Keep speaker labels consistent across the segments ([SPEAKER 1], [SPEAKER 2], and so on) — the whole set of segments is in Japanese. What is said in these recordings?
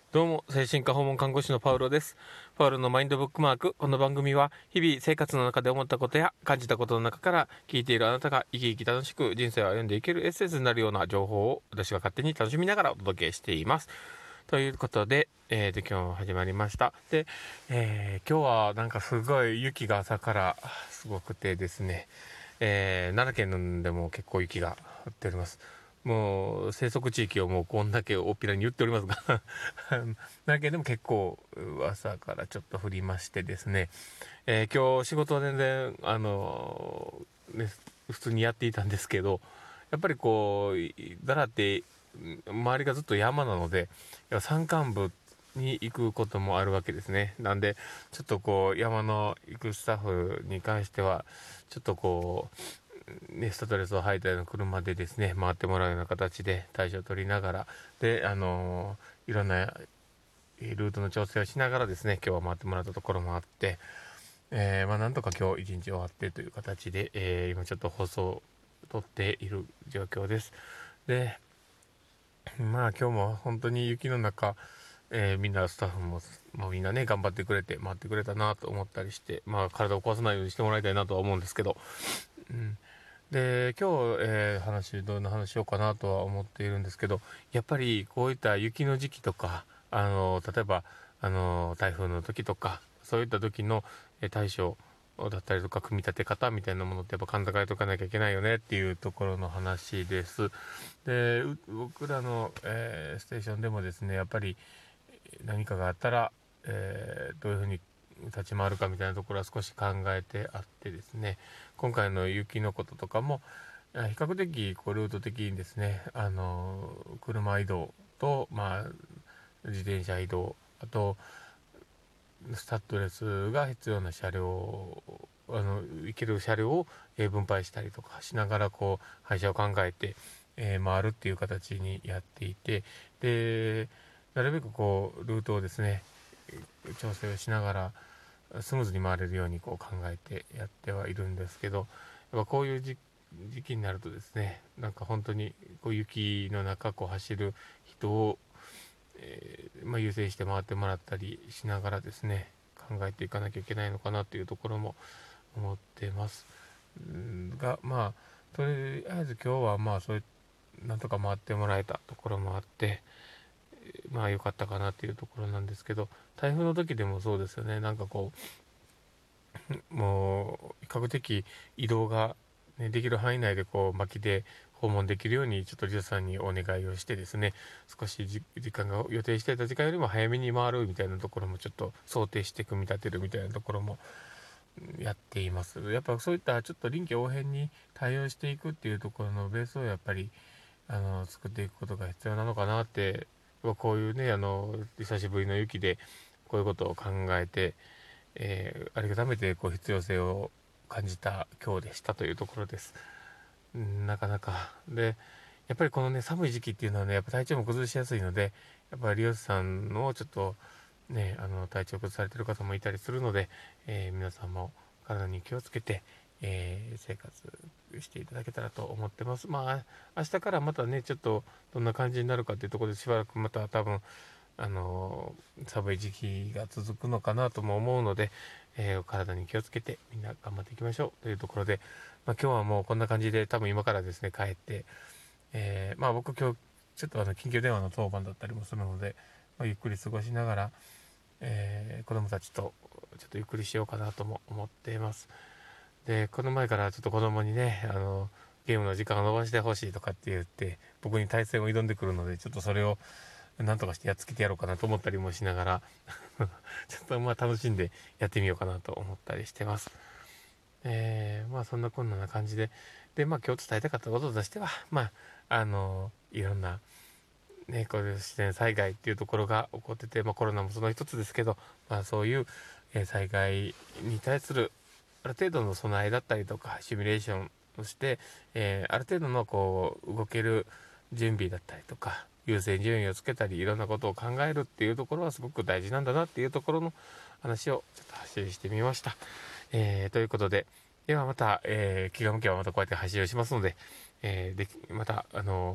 [SPEAKER 1] どうも、精神科訪問看護師のパウロです。パウロのマインドブックマーク。この番組は、日々生活の中で思ったことや感じたことの中から聞いているあなたが生き生き楽しく人生を歩んでいけるエッセンスになるような情報を私が勝手に楽しみながらお届けしています。ということで、今日も始まりました。で、今日はなんかすごい雪が朝からすごくてですね、奈良県でも結構雪が降っております。もう生息地域をもうこんだけ大っぴらに言っておりますが奈良県でも結構朝からちょっと降りましてですね、今日仕事は全然ね、普通にやっていたんですけど、やっぱりこう奈良って周りがずっと山なので山間部に行くこともあるわけですね。なんでちょっとこう山の行くスタッフに関してはちょっとこうストレスを吐いたような車でですね回ってもらうような形で対処を取りながらでいろんなルートの調整をしながらですね今日は回ってもらったところもあって、なんとか今日一日終わってという形で、今ちょっと放送を撮っている状況です。で今日も本当に雪の中、みんなスタッフも、みんなね頑張ってくれて回ってくれたなと思ったりして、体を壊さないようにしてもらいたいなとは思うんですけど、で今日、どんな話しようかなとは思っているんですけど、やっぱりこういった雪の時期とか例えば台風の時とかそういった時の、対処だったりとか組み立て方みたいなものってやっぱ考えとかなきゃいけないよねっていうところの話です。で僕らの、ステーションでもですねやっぱり何かがあったら、どういうふうに立ち回るかみたいなところは少し考えてあってですね、今回の雪のこととかも比較的こうルート的にですね車移動と、自転車移動、あとスタッドレスが必要な車両行ける車両を分配したりとかしながらこう配車を考えて、回るっていう形にやっていて、でなるべくこうルートをですね調整をしながらスムーズに回れるようにこう考えてやってはいるんですけど、やっぱこういう時期になるとですねなんか本当にこう雪の中こう走る人を、優先して回ってもらったりしながらですね考えていかなきゃいけないのかなというところも思ってます。がとりあえず今日はそういうなんとか回ってもらえたところもあって良かったかなっていうところなんですけど、台風の時でもそうですよね。なんかこうもう比較的移動が、ね、できる範囲内でこう巻きで訪問できるようにちょっとリサさんにお願いをしてですね、少し時間が予定していた時間よりも早めに回るみたいなところもちょっと想定して組み立てるみたいなところもやっています。やっぱそういったちょっと臨機応変に対応していくっていうところのベースをやっぱり作っていくことが必要なのかなって、こういうね久しぶりの雪でこういうことを考えて、改めてこう必要性を感じた今日でしたというところです。なかなかでやっぱりこのね寒い時期っていうのはねやっぱ体調も崩しやすいので、やっぱりリオスさんのちょっとね体調崩されてる方もいたりするので、皆さんも体に気をつけて、生活していただけたらと思ってます。明日からまたねちょっとどんな感じになるかっていうところでしばらくまた多分寒い時期が続くのかなとも思うので、体に気をつけてみんな頑張っていきましょうというところで、今日はもうこんな感じで多分今からですね帰って、僕今日ちょっと緊急電話の当番だったりもするので、ゆっくり過ごしながら、子供たちとちょっとゆっくりしようかなとも思っています。でこの前からちょっと子供にねゲームの時間を延ばしてほしいとかって言って僕に対戦を挑んでくるので、ちょっとそれをなんとかしてやっつけてやろうかなと思ったりもしながらちょっと楽しんでやってみようかなと思ったりしてます。そんなこんな感じで今日伝えたかったこととしてはいろんなねこういう自然災害っていうところが起こってて、コロナもその一つですけど、そういう、災害に対するある程度の備えだったりとかシミュレーションをして、ある程度のこう動ける準備だったりとか優先順位をつけたりいろんなことを考えるっていうところはすごく大事なんだなっていうところの話をちょっと発信してみました。ということでではまた、気が向けばまたこうやって配信をしますので、また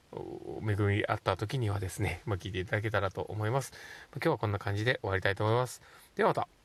[SPEAKER 1] 恵みあった時にはですね、聞いていただけたらと思います。今日はこんな感じで終わりたいと思います。ではまた。